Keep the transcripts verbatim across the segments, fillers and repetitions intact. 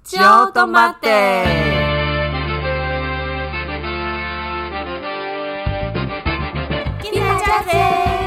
ちょっと待って给大家飞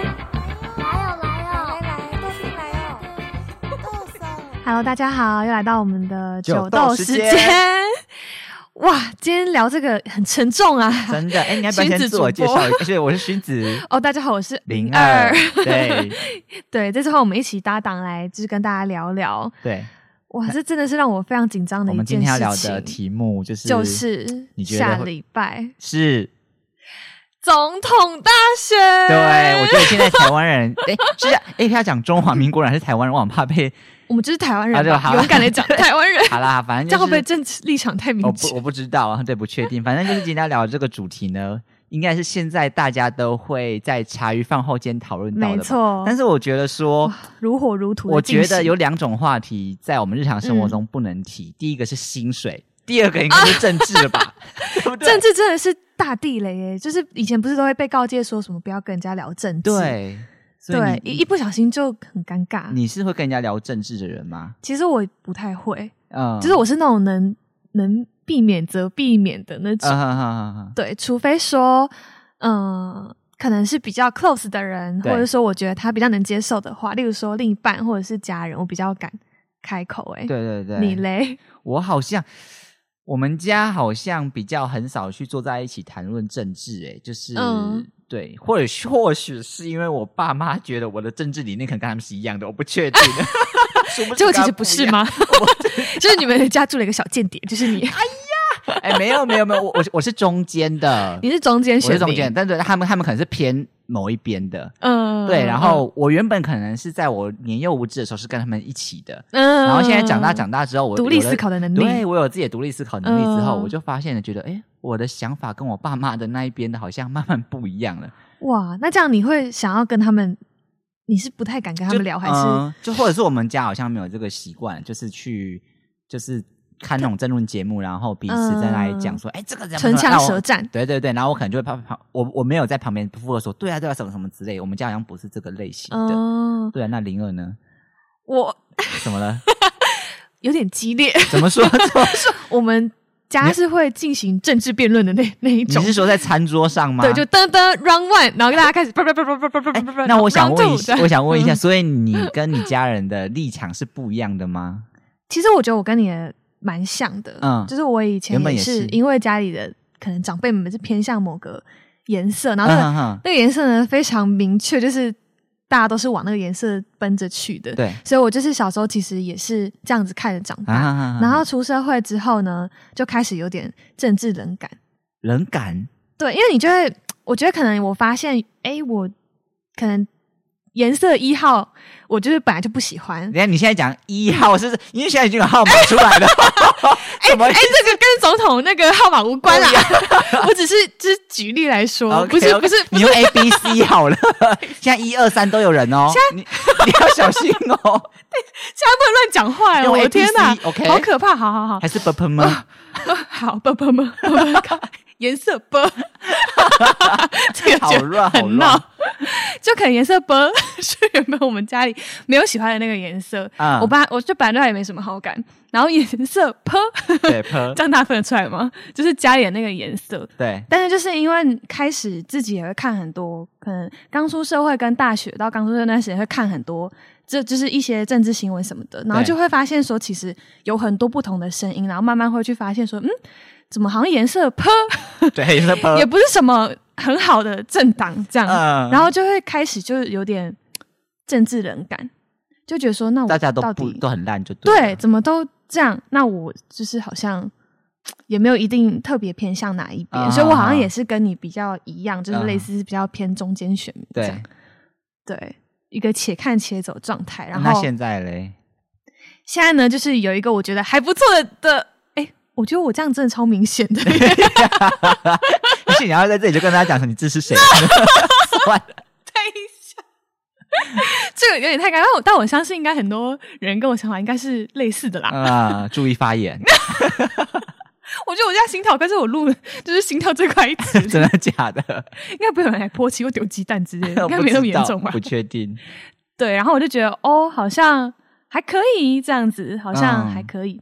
！Hello， 大家好，又来到我们的酒斗时间。哇，今天聊这个很沉重啊！ 真的，哎，你要不要先自我介绍一下？是，我是勋子。 哦，大家好，我是零二。对对，这次和我们一起搭档来，就是跟大家聊聊。 对， 哇，这真的是让我非常紧张的一件事情。 我们今天要聊的题目就是， 就是你觉得下礼拜是总统大选。 对，我觉得现在台湾人，哎，是哎，要讲中华民国人还是台湾人？我很怕被。 我们就是台湾人吧， 啊、 勇敢的讲台湾人。 好啦，反正、就是、 这样会不会政治立场太明显？ 我不我不知道啊，对，不确定。反正就是今天要聊的这个主题呢，应该是现在大家都会在茶余饭后间讨论到的吧。 没错。 但是我觉得说如火如荼的， 我觉得有两种话题在我们日常生活中不能提。嗯、第一个是薪水，第二个应该是政治了吧？啊、对不对？ 政治真的是大地雷耶，就是以前不是都会被告诫说什么不要跟人家聊政治？ 对。 对，一一不小心就很尴尬。 你是会跟人家聊政治的人吗？ 其实我不太会， 嗯， 就是我是那种能能避免则避免的那种。 嗯、 对，除非说，嗯、呃，可能是比较 close 的人，或者说我觉得他比较能接受的话，例如说另一半或者是家人，我比较敢开口。哎， 对对对， 你嘞？ 我好像。我们家好像比较很少去坐在一起谈论政治，诶，就是、嗯、对，或者或许是因为我爸妈觉得我的政治理念可能跟他们是一样的，我不确定。 结果其实不是吗？就是你们家住了一个小间谍，就是你。哎呀，哎，没有没有没有，我我我是中间的， 你是中间选民， 我是中间，但是他们他们可能是偏某一边的， 嗯， 对。然后我原本可能是在我年幼无知的时候是跟他们一起的，嗯。然后现在长大长大之后，我独立思考的能力， 对我有自己的独立思考能力之后，嗯、我就发现了，觉得哎，我的想法跟我爸妈的那一边的好像慢慢不一样了。 哇，那这样你会想要跟他们？你是不太敢跟他们聊，还是、 嗯、就或者是我们家好像没有这个习惯，就是去就是看那种政论节目，然后彼此在那里讲说，哎、嗯，这个怎么唇枪舌战？ 对对对，然后我可能就会旁旁我我没有在旁边附和说，对啊对啊什么什么之类的。我们家好像不是这个类型的。嗯、对啊，那零二呢？ 我怎么了？ 有点激烈。 怎么说？怎么说？ 我们家是会进行政治辩论的那那一种。 你是说在餐桌上吗？ 对，就噔噔 round one， 然后大家开始叭叭叭叭叭叭叭叭。 那我想问一下，我想问一下，所以你跟你家人的立场是不一样的吗？ 其实我觉得我跟你的蛮像的，嗯，就是我以前也是因为家里的可能长辈们是偏向某个颜色，然后那个、嗯、哼哼那个颜色呢非常明确，就是大家都是往那个颜色奔着去的， 对， 所以我就是小时候其实也是这样子看着长大，啊、哈哈哈然后出社会之后呢，就开始有点政治冷感， 冷感， 对，因为你就会，我觉得可能我发现，哎，我可能。颜色一号，我就是本来就不喜欢。 等一下，你现在讲一号是，因为现在已经有号码出来了。 哎哎，这个跟总统那个号码无关啦。我只是就是举例来说， okay, 不是 okay, 不是， 你用 A B C 好了。现在一二三都有人哦，你你要小心哦。 现在不能乱讲话哦，我的天哪 ，OK， 好可怕，好好好， 还是 b p m 好 b p m 颜色 b， 这个好乱很闹，就可能颜色 b 是原本我们家里没有喜欢的那个颜色，嗯、我本来我就本来对它也没什么好感，然后颜色 p， 对 p， 这样大家分得出来吗？就是家里的那个颜色， 对。 但是就是因为开始自己也会看很多，可能刚出社会跟大学到刚出社会那段时间会看很多。这就是一些政治新闻什么的，然后就会发现说，其实有很多不同的声音，然后慢慢会去发现说，嗯，怎么好像颜色 P， 对，颜色 P 也不是什么很好的政党这样，嗯、然后就会开始就有点政治冷感，就觉得说，那我大家都到底都很烂就对了， 对，怎么都这样，那我就是好像也没有一定特别偏向哪一边，嗯、所以我好像也是跟你比较一样，就是类似比较偏中间选民这样，对。对一个且看且走状态，然后那现在嘞？ 现在呢，就是有一个我觉得还不错的，哎、欸，我觉得我这样真的超明显的。 而且你要在这里就跟大家讲说你支持谁？算了， 等一下，这个有点太尴尬，但我相信应该很多人跟我想法应该是类似的啦。 啊、嗯，注意发言。 我觉得我现在心跳，但是我录就是心跳最快一次。 真的假的？ 应该不会有人来泼漆或丢鸡蛋之类的，应该没那么严重吧？ 不确定。对， 然后我就觉得哦，好像还可以这样子，好像还可以这样。嗯、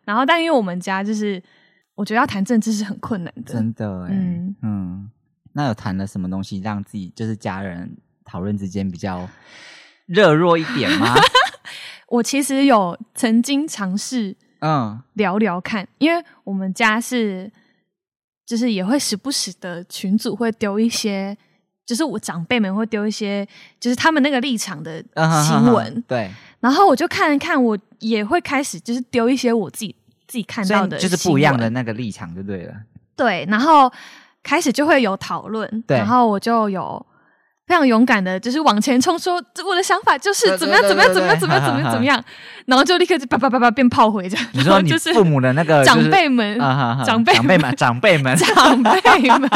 然后但因为我们家就是我觉得要谈政治是很困难的， 真的耶嗯嗯，那有谈了什么东西让自己就是家人讨论之间比较热络一点吗？ 我其实有曾经尝试嗯聊聊看，因为我们家是就是也会时不时的群组会丢一些，就是我长辈们会丢一些就是他们那个立场的新闻、嗯、 对， 然后我就看一看，我也会开始就是丢一些我自己自己看到的新闻， 就是不一样的那个立场就对了， 对，然后开始就会有讨论，然后我就有非常勇敢的就是往前冲说我的想法就是怎么样怎么样怎么样怎么样怎么样怎么样，然后就立刻就叭叭叭叭变炮灰这样。 你说你父母的那个、就是、 长辈们、 啊、 长辈长辈们长辈们长辈们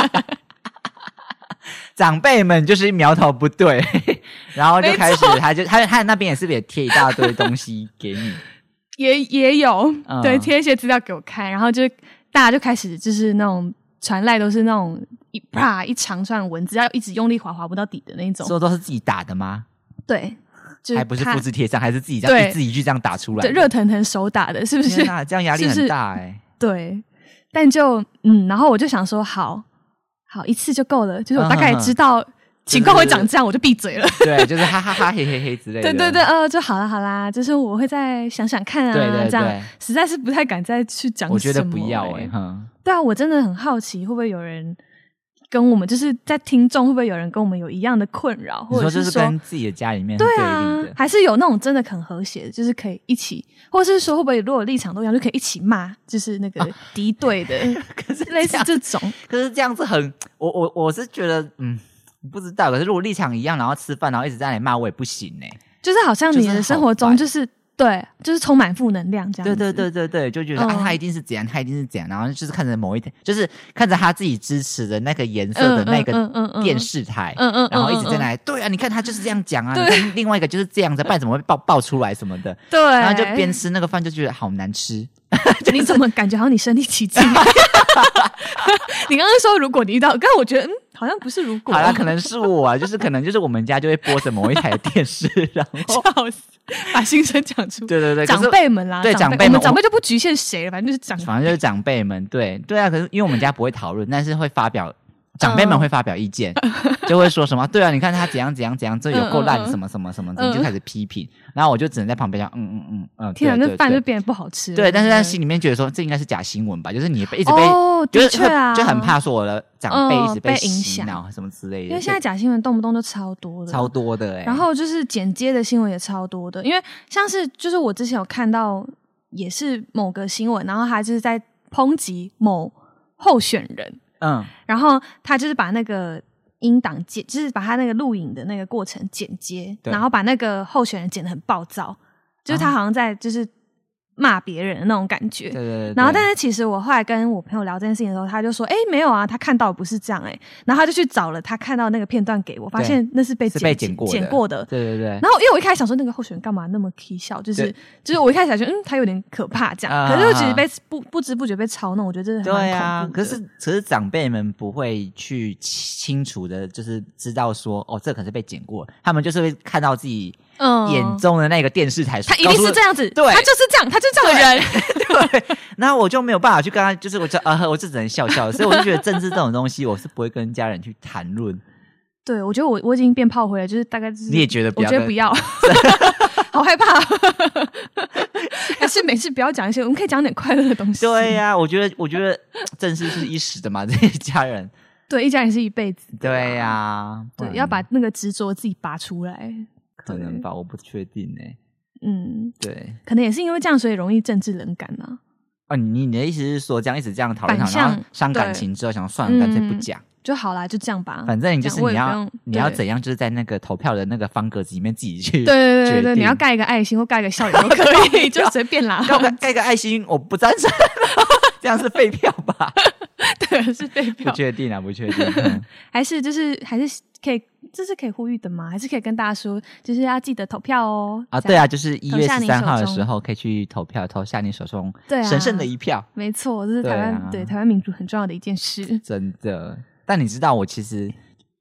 长辈们就是苗头不对，然后就开始他就他他那边也是也贴一大堆东西给你， 也也有、嗯、对，贴一些资料给我看，然后就大家就开始就是那种传来都是那种一啪一长串文字，要一直用力滑滑不到底的那种。 说都是自己打的吗？ 对， 就是、还不是复制贴上，还是自己这样一字一句这样打出来的？ 对，热腾腾手打的，是不是？ 天哪，这样压力很大哎、欸。 对，但就嗯，然后我就想说，好好一次就够了，就是我大概知道情况会长这样，我就闭嘴了。 对，就是哈哈哈嘿嘿嘿之类的。 对对对，呃，就好啦好啦，就是我会再想想看啊， 对对对， 这样实在是不太敢再去讲什么、欸。 我觉得不要哎、欸，哼。 对啊，我真的很好奇，会不会有人跟我们，就是在听众，会不会有人跟我们有一样的困扰，或者是说, 就是跟自己的家里面对啊， 还是有那种真的很和谐的，就是可以一起，或者是说会不会如果立场都一样，就可以一起骂，就是那个敌对的，啊、可是类似这种。 可是这样子很，我我我是觉得，嗯，不知道。可是如果立场一样，然后吃饭，然后一直在那里骂，我也不行哎、欸。 就是好像你的生活中就是。对，就是充满负能量这样子。 对对对对对，就觉得、嗯、啊，他一定是怎样，他一定是怎样，然后就是看着某一天，就是看着他自己支持的那个颜色的那个电视台，嗯嗯，然后一直在那里，对啊，你看他就是这样讲啊，你看另外一个就是这样子，不然怎么会爆爆出来什么的？ 对， 然后就边吃那个饭就觉得好难吃。 就是、你怎么感觉好像你身临其境？你刚刚说如果你遇到，刚刚我觉得嗯，好像不是如果。 好啦，可能是我啊，就是可能就是我们家就会播着某一台的电视，然后笑死，把心声讲出。 对对对， 长辈们啦， 对长辈们， 我们长辈就不局限谁了，反正就是长辈， 反正就是长辈们。对对啊，可是因为我们家不会讨论，但是会发表。长辈们会发表意见，嗯、就会说什么？对啊，你看他怎样怎样怎样，这有够烂，什么什么什么，嗯、就开始批评。然后我就只能在旁边讲，嗯嗯嗯嗯。 天啊，那饭就变得不好吃了。 对，但是在心里面觉得说，这应该是假新闻吧？就是你一直被， 哦，的确啊， 就很怕说我的长辈一直被洗脑什么之类的。 因为现在假新闻动不动都超多的， 超多的哎、欸。 然后就是剪接的新闻也超多的，因为像是就是我之前有看到，也是某个新闻，然后他就是在抨击某候选人。嗯，然后他就是把那个音档剪，就是把他那个录影的那个过程剪接，然后把那个候选人剪得很暴躁，就是他好像在就是骂别人的那种感觉。 对对 对, 对。 然后，但是其实我后来跟我朋友聊这件事情的时候，他就说：“哎，没有啊，他看到的不是这样哎、欸。”然后他就去找了他看到那个片段给我，发现那是被剪是被剪过的。 剪过的。 对对对。 然后，因为我一开始想说那个候选人干嘛那么 k 笑，就是就是我一开始觉得嗯他有点可怕这样，啊、可是我其实被不不知不觉被嘲弄，我觉得这是很对啊。可是可是长辈们不会去清楚的，就是知道说哦这可是被剪过，他们就是会看到自己。嗯，眼中的那个电视台， 他一定是这样子， 对， 他就是这样，他就是这样的人， 对。那我就没有办法去跟他，就是我就呃，我就只能笑笑，所以我就觉得政治这种东西，我是不会跟家人去谈论。 对，我觉得我我已经变炮灰了，就是大概就是你也觉得不要， 我觉得不要，好害怕，还是每次不要讲一些，我们可以讲点快乐的东西。 对呀、啊，我觉得我觉得政治是一时的嘛，这一家人， 对，一家人是一辈子的。 对呀、啊， 对，要把那个执着自己拔出来。 可能吧，我不确定哎、欸。 嗯， 对， 可能也是因为这样，所以容易政治冷感啊。 哦，你你的意思是说，这样一直这样讨论，然后伤感情之后，想算了，干脆不讲、嗯、 就好啦，就这样吧。 反正你就是你要你要怎样，就是在那个投票的那个方格子里面自己去。 对对对对，你要盖一个爱心或盖一个笑脸都可以，就随便啦。 盖盖个爱心，我不赞成，这样是废票吧？ 对，是废票。 不确定啊，不确定。嗯、 还是就是还是可以。这是可以呼吁的吗？还是可以跟大家说，就是要记得投票哦。 啊，对啊，就是一月十三号的时候可以去投票，投下你手中神圣的一票。啊、 没错，这是台湾 对,、啊、对台湾民主很重要的一件事。 真的，但你知道，我其实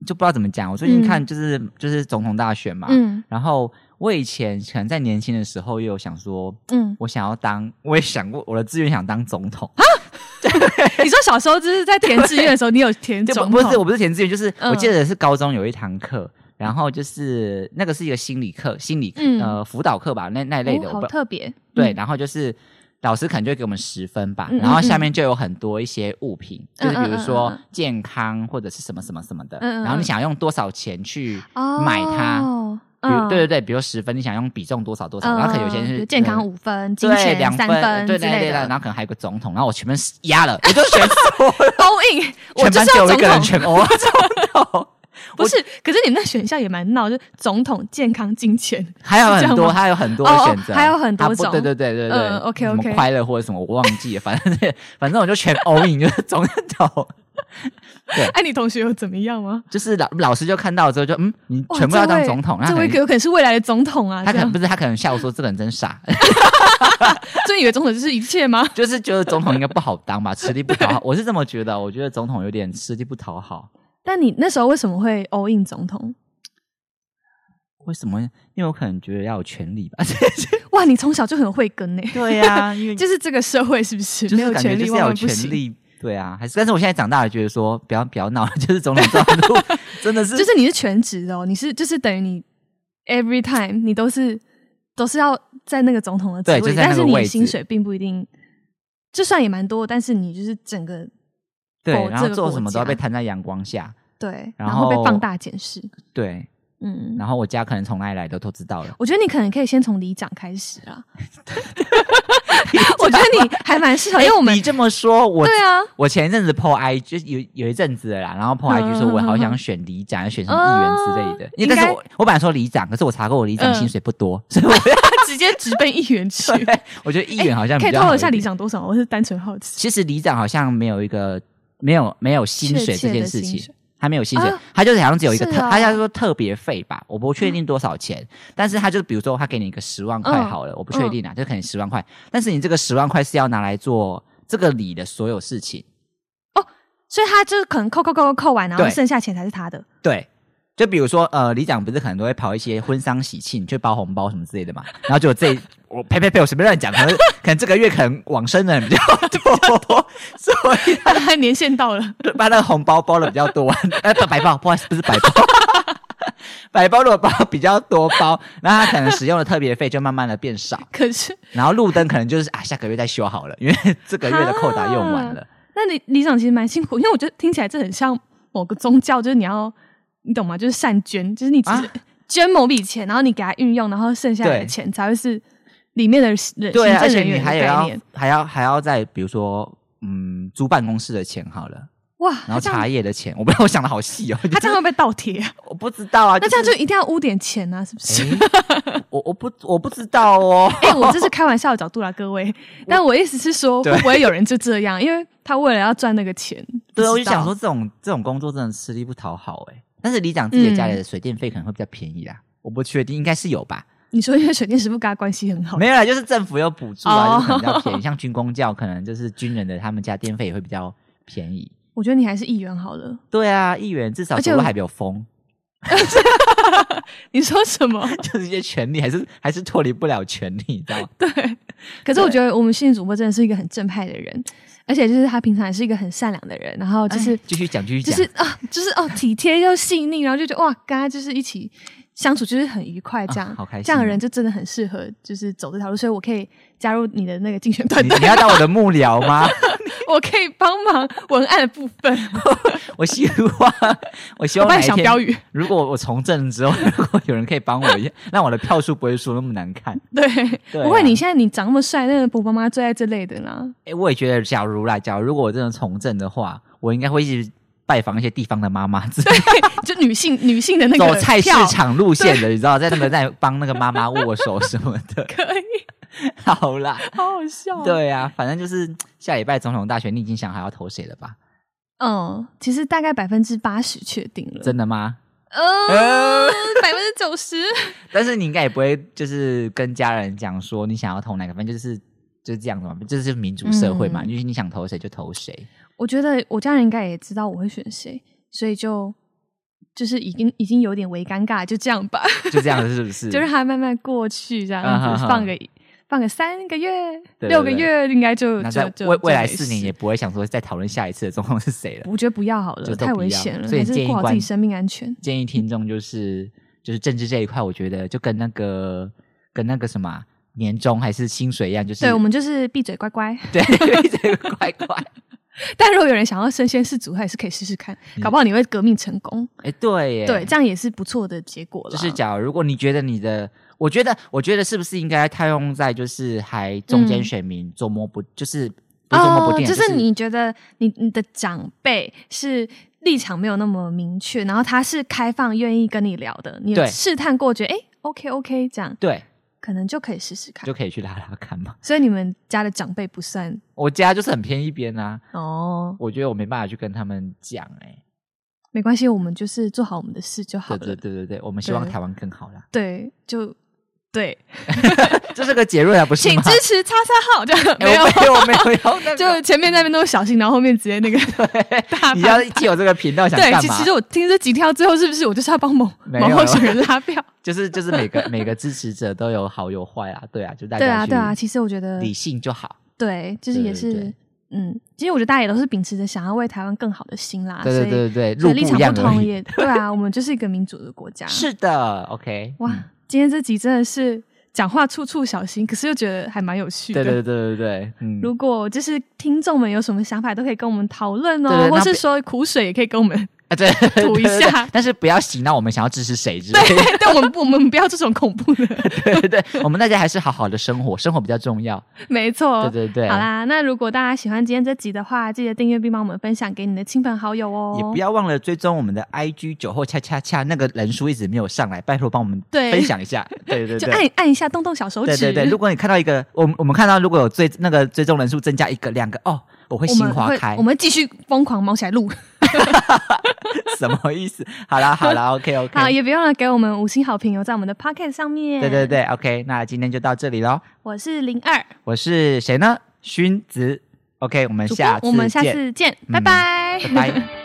就不知道怎么讲。我最近看就是、嗯、就是总统大选嘛，嗯，然后我以前可能在年轻的时候也有想说，嗯，我想要当，我也想过我的志愿想当总统啊。 你说小时候就是在填志愿的时候，你有填总统？ 不是，我不是填志愿，就是、嗯、我记得是高中有一堂课。然后就是那个是一个心理课，心理、嗯、呃辅导课吧，那那一类的， 哦、好特别。 对、 嗯， 然后就是老师可能就会给我们十分吧、嗯，然后下面就有很多一些物品，嗯、就是比如说健康或者是什么什么什么的，嗯、然后你想用多少钱去买它。哦比如、嗯、对对对，比如十分，你想用比重多少多少，嗯、然后可能有些人是健康五分，金钱两分， 对对对，然后可能还有个总统，然后我全部压了，我就选错了 ，all in，我就是要总统，全班只有一个人全欧总统。 不是，可是你们那选项也蛮闹，就是总统、健康、金钱， 还有很多，还有很多选择、 哦，还有很多种， 对对对对对， 嗯 ，OK OK， 什么快乐或者什么我忘记了，反正反正我就全 all in， 就是总统。对， 哎、啊，你同学有怎么样吗？ 就是老老师就看到之后就嗯，你全部要当总统， 这位有可能是未来的总统啊。 他可能不是，他可能下午说这个人真傻， 所以以为总统就是一切吗？ 就是觉得总统应该不好当吧，吃力不讨好。我是这么觉得，我觉得总统有点吃力不讨好。 但你那时候为什么会 all in 总统？ 为什么？因为我可能觉得要有权利吧。 哇，你从小就很会跟呢、欸。 对呀、啊，因为就是这个社会是不是、 就是、 没有权利， 要有权利？对啊，还是但是我现在长大了，觉得说不要不要闹了，就是总统这条路真的是， 就是你是全职的哦，你是就是等于你 every time 你都是都是要在那个总统的职位， 对， 但是你的薪水并不一定，就算也蛮多，但是你就是整个对，然后做什么都要被摊在阳光下， 对， 然后被放大检视， 对。嗯，然后我家可能从哪里来的都知道了。 我觉得你可能可以先从里长开始啊。我觉得你还蛮适合，因为我们、 欸、你这么说，我对啊， 我前一阵子 po I G 就有有一阵子了啦，然后 po I G 说我好想选里长，选什么议员之类的。因为但是我我本来说里长，可是我查过我里长薪水不多，嗯、所以我直接直奔议员去。 我觉得议员好像比较好、欸、 可以透露一下里长多少？我是单纯好奇。 其实里长好像没有一个没有没有薪水这件事情。他没有薪水、啊，他就是好像只有一个特，啊、他要说特别费吧，我不确定多少钱，嗯、但是他就比如说他给你一个十万块好了，嗯、我不确定啊，嗯、就可能十万块，但是你这个十万块是要拿来做这个里的所有事情哦，所以他就是可能扣扣扣扣扣完，然后剩下钱才是他的， 对。就比如说，呃，里长不是可能都会跑一些婚丧喜庆，去包红包什么之类的嘛。然后就这，我呸呸呸，我随便乱讲，可能可能这个月可能往生的人比较多，所以他的年限到了， 把那个红包包的比较多，呃，白包，不好意思，不是白包，白包如果包比较多包，那他可能使用的特别费就慢慢的变少。 可是， 然后路灯可能就是啊，下个月再修好了，因为这个月的扣打用完了。 那里里长其实蛮辛苦，因为我觉得听起来这很像某个宗教，就是你要。你懂吗？就是善捐，就是你只是捐某笔钱、啊，然后你给他运用，然后剩下来的钱才会是里面的人行政人员的概念。对、啊，而且你还要还要还要在比如说嗯租办公室的钱好了， 哇， 然后茶叶的钱，我不知道我想的好细哦。 他这样会不会倒贴、啊？ 我不知道啊。 那这样就一定要污点钱啊？是不是？ 欸、我我不我不知道哦。 哎、欸，我这是开玩笑的角度啦，各位。但我意思是说，会不会有人就这样？因为他为了要赚那个钱。 对，我就想说，这种这种工作真的吃力不讨好哎、欸。但是里长自己的家里的水电费可能会比较便宜啦、嗯，我不确定，应该是有吧？ 你说因为水电师傅跟他关系很好？ 没有啦，就是政府有补助啊， oh. 就是可能比较便宜。像军公教，可能就是军人的他们家电费也会比较便宜。 我觉得你还是议员好了。 对啊，议员至少走路还比较疯。 你说什么？ 就是一些权利还是还是脱离不了权利，你知道吗？ 对。可是我觉得我们心理主播真的是一个很正派的人。而且就是他平常也是一个很善良的人，然后就是继续讲继续讲， 就是啊，就是哦体贴又细腻，然后就觉得哇，跟他就是一起相处就是很愉快，这样、啊、 好开心、哦， 这样的人就真的很适合就是走这条路，所以我可以加入你的那个竞选团队。 你, 你要当我的幕僚吗？ 我可以帮忙文案的部分。 我希望，我希望哪一天想标语， 如果我从政之后，如果有人可以帮我，让我的票数不会输那么难看。 对， 对啊、 不会。你现在你长那么帅，那个婆婆妈妈最爱这类的啦。 哎、欸，我也觉得，假如啦，假如如果我真的从政的话，我应该会一直拜访一些地方的妈妈， 对，就女性女性的那个走菜市场路线的，你知道，在那个在帮那个妈妈握手什么的， 可以。 好啦， 好好笑。 对啊，反正就是下礼拜总统大选，你已经想好要投谁了吧？ 嗯，其实大概百分之八十确定了。 真的吗？ 呃，百分之九十。 但是你应该也不会就是跟家人讲说你想要投哪个，反正就是就是这样的嘛，就是民主社会嘛，嗯、就是你想投谁就投谁。 我觉得我家人应该也知道我会选谁，所以就就是已经已经有点微尴尬，就这样吧， 就这样子是不是？ 就让它慢慢过去，这样子、uh huh huh. 放个放个三个月、 对对对六个月，应该就那在就未未来四年也不会想说再讨论下一次的总统是谁了。 我觉得不要好了，太危险了， 所以建议还是顾好自己生命安全。 建议听众就是就是政治这一块，我觉得就跟那个跟那个什么年终还是薪水一样，就是对我们就是闭嘴乖乖， 对，闭嘴乖乖。 但如果有人想要身先士卒，他也是可以试试看，搞不好你会革命成功。 哎、欸，对耶， 对，这样也是不错的结果了。 就是假如如果你觉得你的，我觉得，我觉得是不是应该套用在就是还中间选民捉摸不，嗯、就是不捉摸不定、 哦，就是你觉得你你的长辈是立场没有那么明确，然后他是开放愿意跟你聊的，你试探过觉得哎 OK OK 这样对。 可能就可以试试看， 就可以去拉拉看嘛。 所以你们家的长辈不算？ 我家就是很偏一边啊。 哦， 我觉得我没办法去跟他们讲哎、欸。 没关系，我们就是做好我们的事就好了。 对对对对对，我们希望台湾更好啦。 对，就对， 这是个结论啊，不是吗？ 请支持叉叉号，这样、欸、 没有没有没有要那个， 就前面那边都是小心，然后后面直接那个大。 你要借我这个频道想干嘛？ 对，其实我听这几条最后是不是我就是要帮某某候选人拉票？ 就是就是每个每个支持者都有好有坏啊，对啊，就大家对啊对啊，其实我觉得理性就好。 对，就是也是对对对嗯，其实我觉得大家也都是秉持着想要为台湾更好的心啦。 对对对对对， 所以立场不同也对啊，我们就是一个民主的国家。 是的 ，OK。 哇，嗯、今天这集真的是讲话处处小心，可是又觉得还蛮有趣的。 对对对对对，嗯。 如果就是听众们有什么想法，都可以跟我们讨论哦，对对或是说苦水也可以跟我们。 啊，对， 吐一下， 但是不要洗脑我们想要支持谁之类的。 对，但我们不，我们不要这种恐怖的。 对对对，我们大家还是好好的生活，生活比较重要。 没错， 对对对。 好啦，那如果大家喜欢今天这集的话，记得订阅并帮我们分享给你的亲朋好友哦。 也不要忘了追踪我们的 I G 酒后恰恰恰，那个人数一直没有上来，拜托帮我们分享一下。对对对， 就按按一下，动动小手指。 对对对，如果你看到一个，我们我们看到如果有追那个追踪人数增加一个两个哦，我会心花开。 我们继续疯狂毛起来录。 什么意思？好啦好啦 OK OK。 好，也别忘了给我们五星好评哦，在我们的 Podcast 上面。 对对对 OK， 那今天就到这里咯。 我是零二， 我是谁呢？勋子。OK， 我们下次见。 我们下次见，拜拜， 嗯、拜拜。